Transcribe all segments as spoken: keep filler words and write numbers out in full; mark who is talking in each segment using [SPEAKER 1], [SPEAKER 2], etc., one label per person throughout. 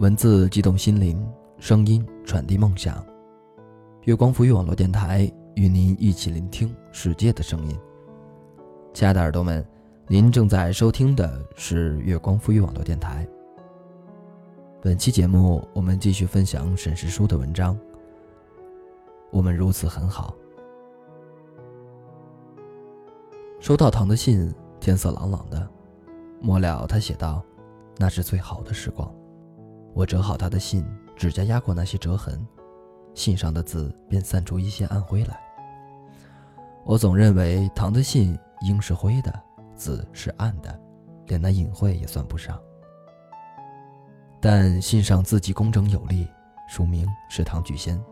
[SPEAKER 1] 文字激动心灵，声音传递梦想。月光浮语网络电台与您一起聆听世界的声音。亲爱的耳朵们，您正在收听的是月光浮语网络电台。本期节目我们继续分享沈石书的文章，我们如此很好。收到唐的信，天色朗朗的，末了他写道，那是最好的时光。我折好他的信，指甲压过那些折痕，信上的字便散出一些暗灰来。我总认为唐的信应是灰的，字是暗的，连那隐晦也算不上。但信上字迹工整有力，署名是唐巨仙。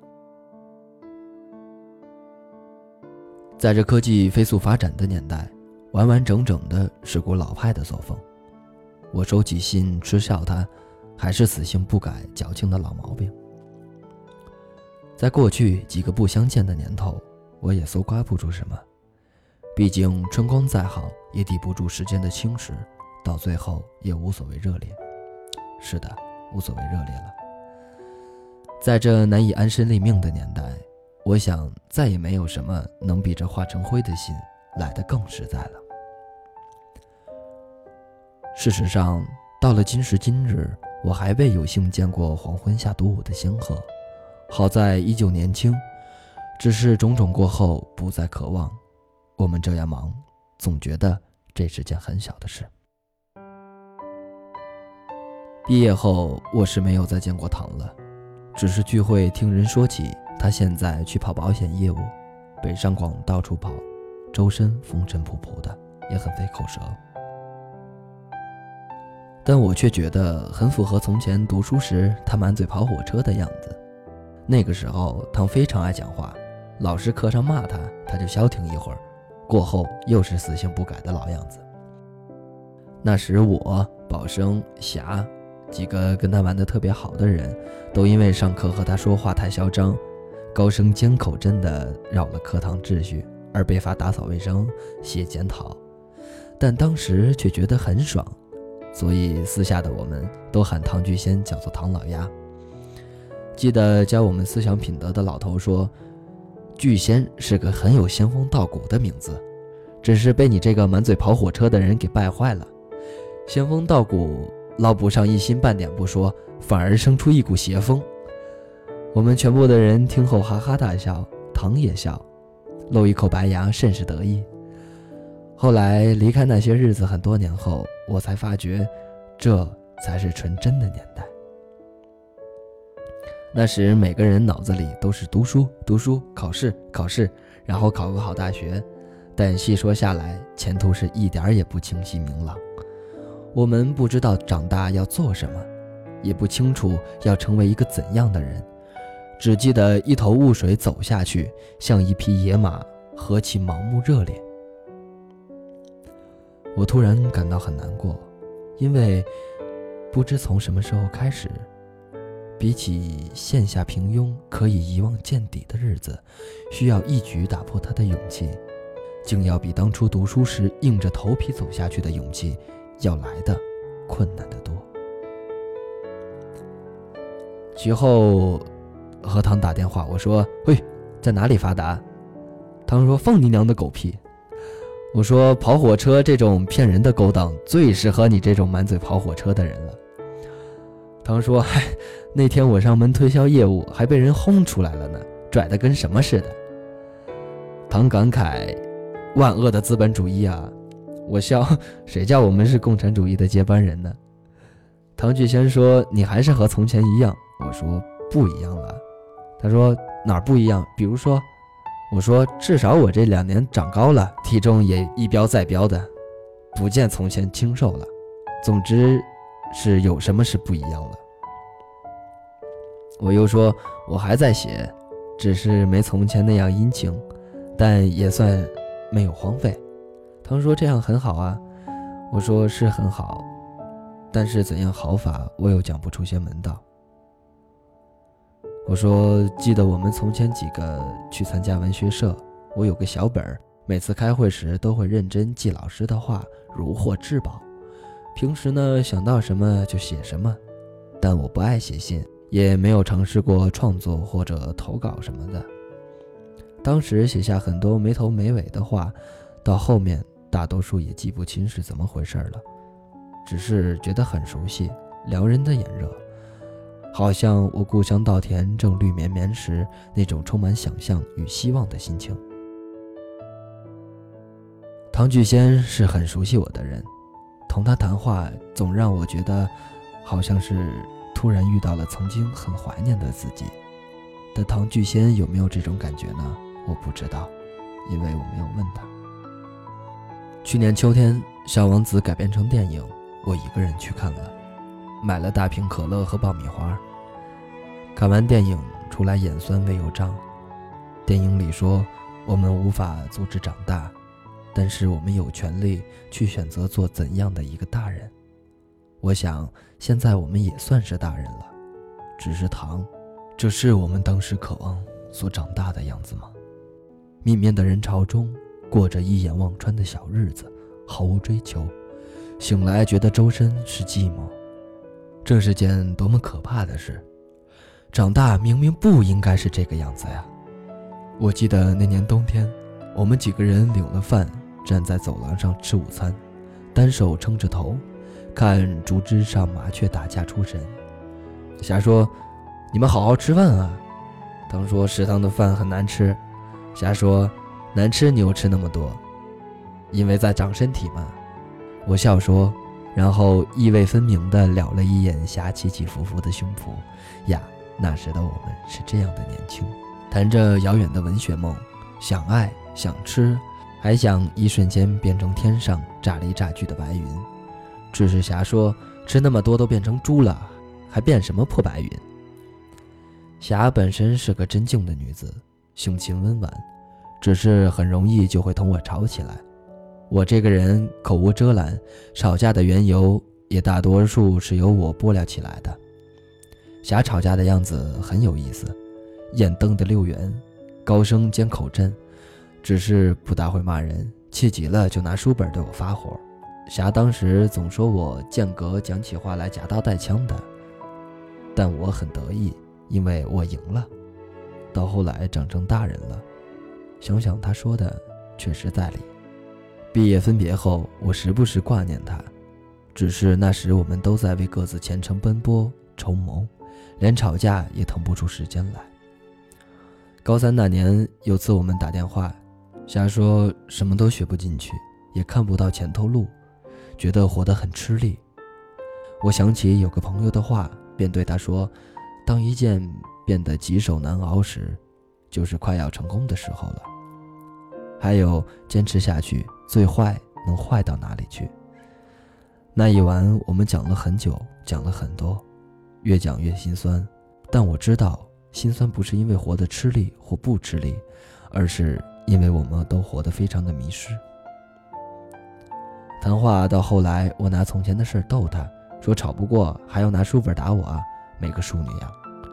[SPEAKER 1] 在这科技飞速发展的年代，完完整整的是股老派的作风。我收起信嗤笑他，还是死性不改矫情的老毛病。在过去几个不相见的年头，我也搜刮不出什么，毕竟春光再好也抵不住时间的侵蚀，到最后也无所谓热烈。是的，无所谓热烈了。在这难以安身立命的年代，我想再也没有什么能比这化成灰的信来得更实在了。事实上，到了今时今日，我还未有幸见过黄昏下独舞的仙鹤，好在依旧年轻，只是种种过后不再渴望。我们这样忙，总觉得这是件很小的事。毕业后，我是没有再见过唐了，只是聚会听人说起他现在去跑保险业务，北上广到处跑，周身风尘仆仆的，也很费口舌。但我却觉得很符合从前读书时他满嘴跑火车的样子。那个时候唐非常爱讲话，老师课上骂他，他就消停一会儿，过后又是死性不改的老样子。那时我、宝生、霞几个跟他玩得特别好的人，都因为上课和他说话太嚣张，高声尖口真的扰了课堂秩序，而被罚打扫卫生、写检讨。但当时却觉得很爽，所以私下的我们都喊唐巨仙叫做唐老鸭。记得教我们思想品德的老头说，巨仙是个很有仙风道骨的名字，只是被你这个满嘴跑火车的人给败坏了。仙风道骨捞不上一星半点不说，反而生出一股邪风。我们全部的人听后哈哈大笑，唐也笑，露一口白牙，甚是得意。后来离开那些日子很多年后，我才发觉这才是纯真的年代。那时每个人脑子里都是读书读书考试考试，然后考个好大学，但细说下来，前途是一点也不清晰明朗。我们不知道长大要做什么，也不清楚要成为一个怎样的人，只记得一头雾水走下去，像一匹野马，何其盲目热烈。我突然感到很难过，因为不知从什么时候开始，比起线下平庸可以一望见底的日子，需要一举打破它的勇气，竟要比当初读书时硬着头皮走下去的勇气要来的困难得多。其后和唐打电话，我说，喂，在哪里发达？唐说，放你娘的狗屁。我说，跑火车这种骗人的勾当最适合你这种满嘴跑火车的人了。唐说，嗨，那天我上门推销业务还被人轰出来了呢，拽得跟什么似的。唐感慨，万恶的资本主义啊。我笑，谁叫我们是共产主义的接班人呢？唐巨仙说，你还是和从前一样。我说，不一样了。他说，哪儿不一样？比如说？我说，至少我这两年长高了，体重也一飙再飙的，不见从前清瘦了。总之是有什么是不一样了。我又说，我还在写，只是没从前那样殷勤，但也算没有荒废。唐说，这样很好啊。我说，是很好，但是怎样好法，我又讲不出些门道。我说，记得我们从前几个去参加文学社，我有个小本，每次开会时都会认真记老师的话，如获至宝。平时呢，想到什么就写什么。 但我不爱写信，也没有尝试过创作或者投稿什么的。当时写下很多没头没尾的话，到后面大多数也记不清是怎么回事了，只是觉得很熟悉，撩人的眼热，好像我故乡稻田正绿绵绵时那种充满想象与希望的心情。唐巨仙是很熟悉我的人，同他谈话总让我觉得好像是突然遇到了曾经很怀念的自己。但唐巨仙有没有这种感觉呢？我不知道，因为我没有问他。去年秋天，小王子改编成电影，我一个人去看了，买了大瓶可乐和爆米花。看完电影出来，眼酸胃又胀。电影里说，我们无法阻止长大，但是我们有权利去选择做怎样的一个大人。我想现在我们也算是大人了，只是糖，这是我们当时渴望所长大的样子吗？密面的人潮中，过着一眼望穿的小日子，毫无追求，醒来觉得周身是寂寞。这是件多么可怕的事，长大明明不应该是这个样子呀。我记得那年冬天，我们几个人领了饭，站在走廊上吃午餐，单手撑着头，看竹枝上麻雀打架出神。霞说，你们好好吃饭啊。唐说，食堂的饭很难吃。霞说，难吃你又吃那么多，因为在长身体嘛。我笑说，然后意味分明地瞟了一眼霞起起伏伏的胸脯呀，那时的我们是这样的年轻，谈着遥远的文学梦，想爱想吃，还想一瞬间变成天上炸来炸去的白云。只是霞说，吃那么多都变成猪了，还变什么破白云。霞本身是个真静的女子，性情温婉，只是很容易就会同我吵起来。我这个人口无遮拦，吵架的缘由也大多数是由我拨聊起来的。霞吵架的样子很有意思，眼瞪得溜圆，高声兼口震，只是不大会骂人，气急了就拿书本对我发火。霞当时总说我间隔讲起话来夹刀带枪的，但我很得意，因为我赢了。到后来长成大人了，想想他说的确实在理。毕业分别后，我时不时挂念他，只是那时我们都在为各自前程奔波筹谋，连吵架也腾不出时间来。高三那年，有次我们打电话，霞说什么都学不进去，也看不到前头路，觉得活得很吃力。我想起有个朋友的话，便对他说，当一件变得棘手难熬时，就是快要成功的时候了。还有，坚持下去，最坏能坏到哪里去？那一晚我们讲了很久，讲了很多，越讲越心酸。但我知道，心酸不是因为活得吃力或不吃力，而是因为我们都活得非常的迷失。谈话到后来，我拿从前的事逗他，说吵不过还要拿书本打我啊，没个淑女样。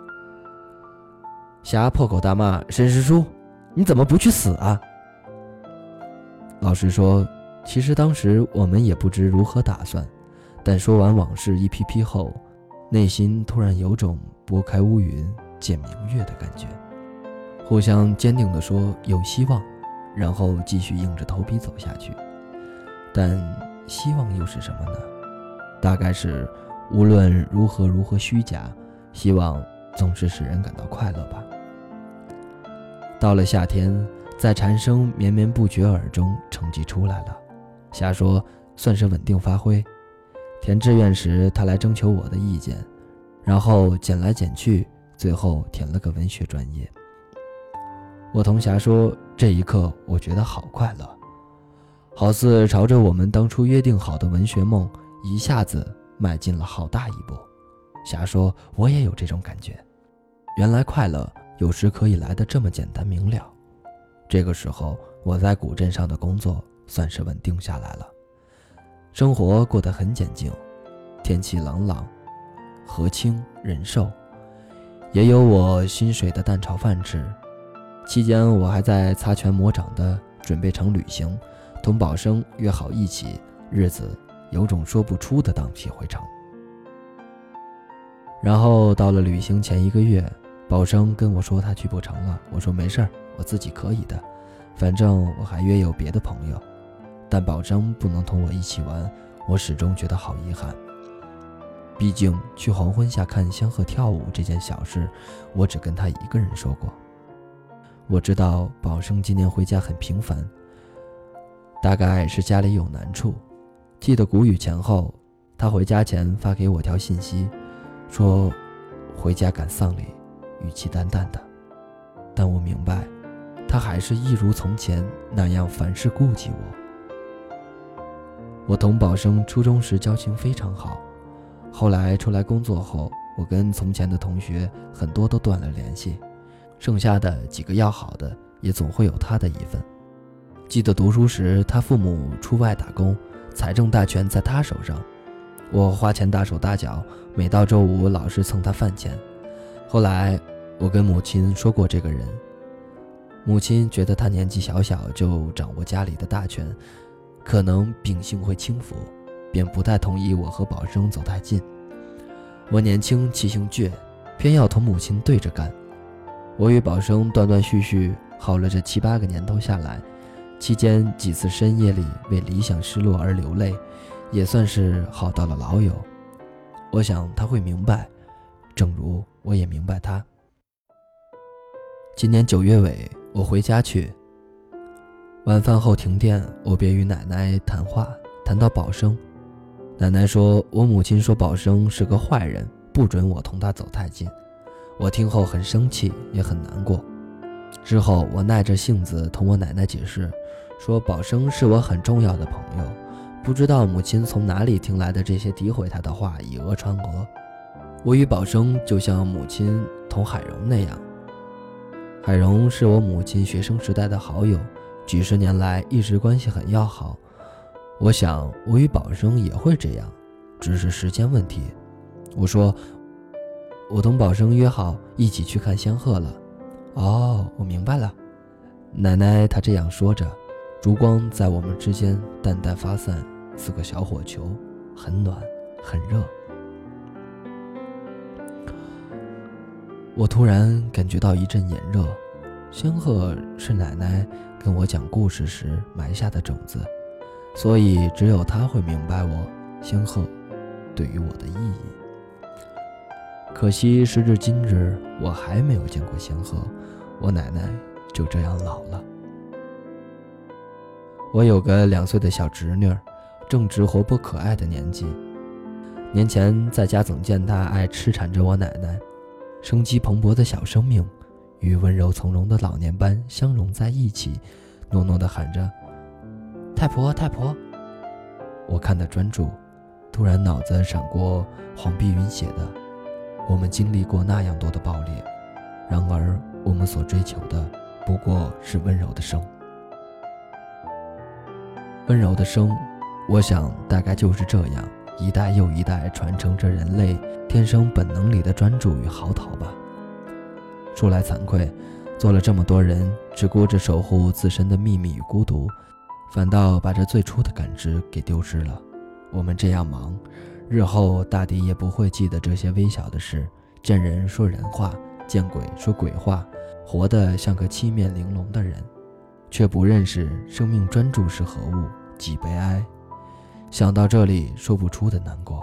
[SPEAKER 1] 霞破口大骂，沈师叔，你怎么不去死啊？老实说，其实当时我们也不知如何打算，但说完往事一批批后，内心突然有种拨开乌云见明月的感觉，互相坚定地说有希望，然后继续硬着头皮走下去。但希望又是什么呢？大概是无论如何如何虚假，希望总是使人感到快乐吧。到了夏天，在蝉声绵绵不绝耳中，成绩出来了。霞说算是稳定发挥。填志愿时，他来征求我的意见，然后捡来捡去，最后填了个文学专业。我同霞说，这一刻我觉得好快乐，好似朝着我们当初约定好的文学梦一下子迈进了好大一步。霞说，我也有这种感觉，原来快乐有时可以来得这么简单明了。这个时候，我在古镇上的工作算是稳定下来了，生活过得很简静，天气朗朗，河清人瘦，也有我薪水的蛋炒饭吃。期间我还在擦拳磨掌的准备场旅行，同宝生约好一起，日子有种说不出的荡气回肠。 然后到了旅行前一个月，宝生跟我说他去不成了，我说没事儿，我自己可以的，反正我还约有别的朋友。但宝生不能同我一起玩，我始终觉得好遗憾。毕竟去黄昏下看仙鹤跳舞这件小事，我只跟他一个人说过。我知道宝生今年回家很频繁，大概是家里有难处。记得谷雨前后，他回家前发给我条信息，说回家赶丧礼，语气淡淡的。但我明白，他还是一如从前那样凡事顾及我。我同宝生初中时交情非常好，后来出来工作后，我跟从前的同学很多都断了联系，剩下的几个要好的也总会有他的一份。记得读书时，他父母出外打工，财政大权在他手上，我花钱大手大脚，每到周五老是蹭他饭钱。后来我跟母亲说过这个人，母亲觉得他年纪小小就掌握家里的大权，可能秉性会轻浮，便不太同意我和宝生走太近。我年轻气性倔，偏要同母亲对着干。我与宝生断断续续耗了这七八个年头下来，期间几次深夜里为理想失落而流泪，也算是好到了老友。我想他会明白，正如我也明白他。今年九月尾，我回家去，晚饭后停电，我便与奶奶谈话，谈到宝生。奶奶说我母亲说宝生是个坏人，不准我同他走太近。我听后很生气，也很难过。之后我耐着性子同我奶奶解释，说宝生是我很重要的朋友，不知道母亲从哪里听来的这些诋毁他的话，以讹传讹。我与宝生就像母亲同海荣那样，海荣是我母亲学生时代的好友，几十年来一直关系很要好。我想我与宝生也会这样，只是时间问题。我说我同宝生约好一起去看仙鹤了。哦，我明白了。奶奶她这样说着，烛光在我们之间淡淡发散，似个小火球，很暖很热。我突然感觉到一阵炎热。仙鹤是奶奶跟我讲故事时埋下的种子，所以只有她会明白我仙鹤对于我的意义。可惜时至今日，我还没有见过仙鹤，我奶奶就这样老了。我有个两岁的小侄女，正值活泼可爱的年纪。年前在家总见她爱痴缠着我奶奶，生机蓬勃的小生命与温柔从容的老年般相融在一起，糯糯地喊着太婆太婆。我看得专注，突然脑子闪过黄碧云写的，我们经历过那样多的暴烈，然而我们所追求的不过是温柔的生。温柔的生，我想大概就是这样，一代又一代传承着人类天生本能里的专注与嚎啕吧。说来惭愧，做了这么多人，只顾着守护自身的秘密与孤独，反倒把这最初的感知给丢失了。我们这样忙，日后大抵也不会记得这些微小的事，见人说人话，见鬼说鬼话，活得像个七面玲珑的人，却不认识生命专注是何物，几悲哀。想到这里，说不出的难过。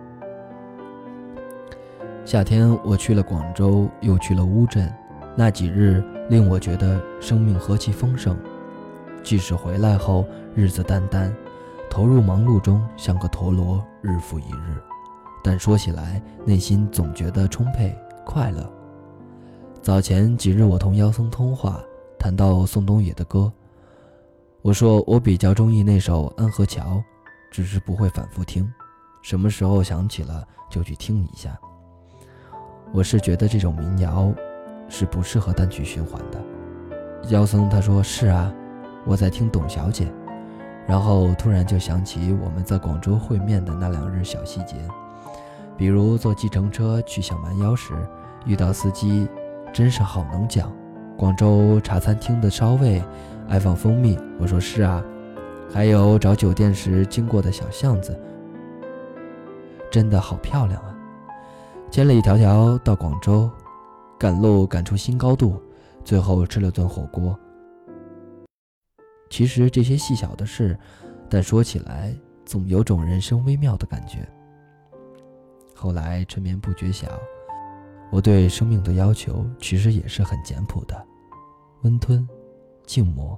[SPEAKER 1] 夏天我去了广州，又去了乌镇，那几日令我觉得生命何其丰盛。即使回来后日子淡淡，投入忙碌中像个陀螺，日复一日，但说起来内心总觉得充沛快乐。早前几日我同妖僧通话，谈到宋冬野的歌，我说我比较中意那首《安河桥》，只是不会反复听，什么时候想起了就去听一下。我是觉得这种民谣是不适合单曲循环的。妖僧他说是啊，我在听董小姐，然后突然就想起我们在广州会面的那两日小细节，比如坐计程车去小蛮腰时，遇到司机真是好能讲，广州茶餐厅的烧味爱放蜂蜜，我说是啊，还有找酒店时经过的小巷子真的好漂亮啊。 千里迢迢到广州，赶路赶出新高度，最后吃了顿火锅。其实这些细小的事，但说起来总有种人生微妙的感觉。后来春眠不觉晓，我对生命的要求其实也是很简朴的，温吞静默，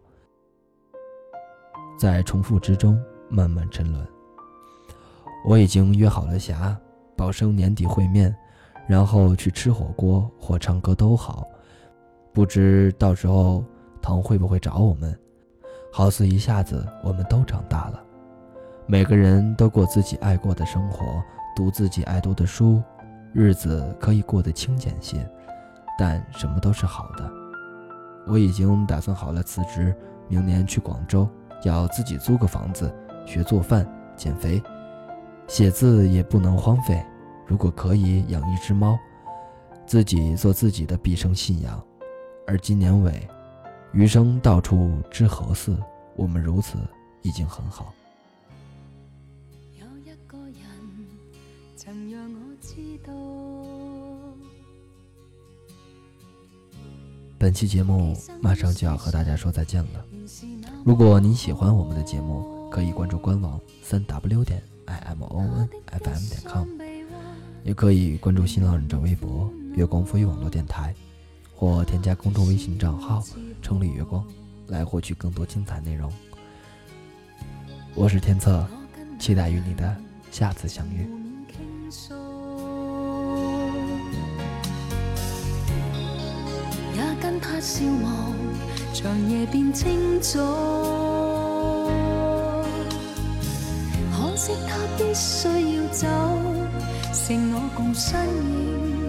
[SPEAKER 1] 在重复之中慢慢沉沦。我已经约好了霞，保证年底会面，然后去吃火锅或唱歌都好，不知到时候唐会不会找我们。好似一下子我们都长大了，每个人都过自己爱过的生活，读自己爱读的书，日子可以过得清简些，但什么都是好的。我已经打算好了辞职，明年去广州，要自己租个房子，学做饭，减肥，写字也不能荒废，如果可以养一只猫，自己做自己的毕生信仰。而今年尾，余生到处知何似，我们如此已经很好。
[SPEAKER 2] 有一个人曾让我知道。
[SPEAKER 1] 本期节目马上就要和大家说再见了。如果您喜欢我们的节目，可以关注官网 三 w 点 i m o n f m 点 com， 也可以关注新浪认证微博月光飞网络电台，或添加公众微信账号城里月光来获取更多精彩内容。我是天策，期待与你的下次相遇。
[SPEAKER 2] 也跟他笑望，長夜變清楚。可惜他必須要走，剩我共身影，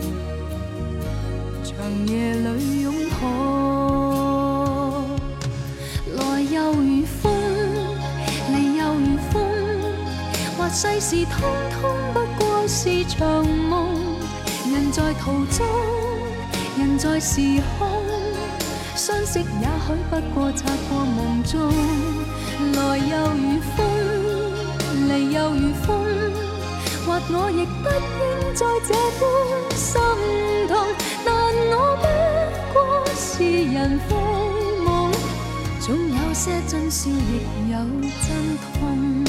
[SPEAKER 2] 長夜裏擁抱。來又如風，離又如風，或世事通通不過是場夢。人在途中，人在時空，相識也許不過擦過夢中。來又如風，離又如風，或我亦不應再這般心痛。但我不過是人非夢，總有些真笑亦有真痛。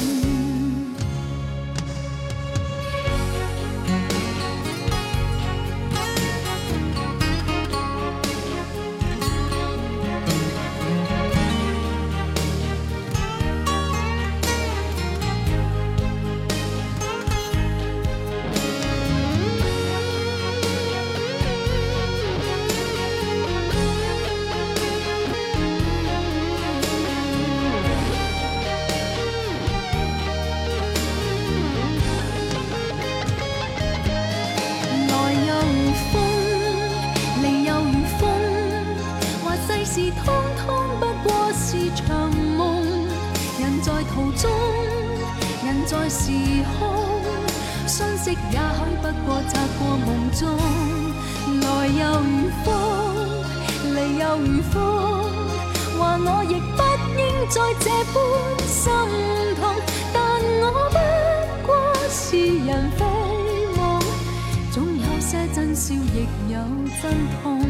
[SPEAKER 2] 是通通不過是場夢，人在途中，人在時空，相識也許不過擦過夢中。來又如風，離又如風，話我亦不應再這般心痛。但我不過是人非夢，總有些真笑亦有真痛。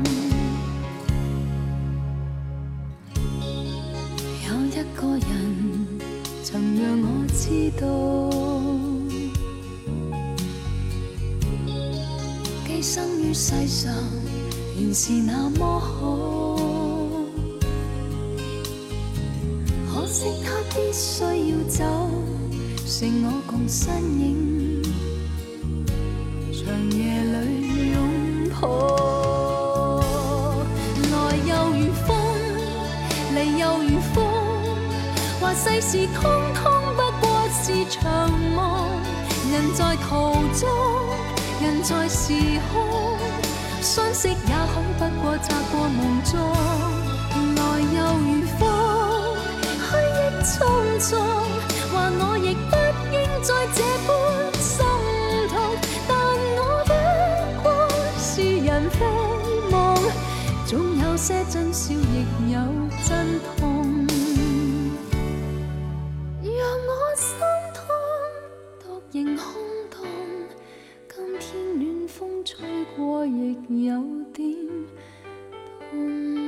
[SPEAKER 2] 一個人曾讓我知道，寄生於世上原是那麼好。可惜他必須要走，剩我共身影，長夜裏擁抱。來又如風，離又如風，話世事通通不過是場夢。人在途中，人在時空，相識也許不過擦過夢中。來又如風，虛憶匆匆，話我亦不應再這般心痛。但我不過是人非夢，總有些真笑亦有真痛。讓我心痛，獨仍空洞，今天暖风吹过亦有點痛。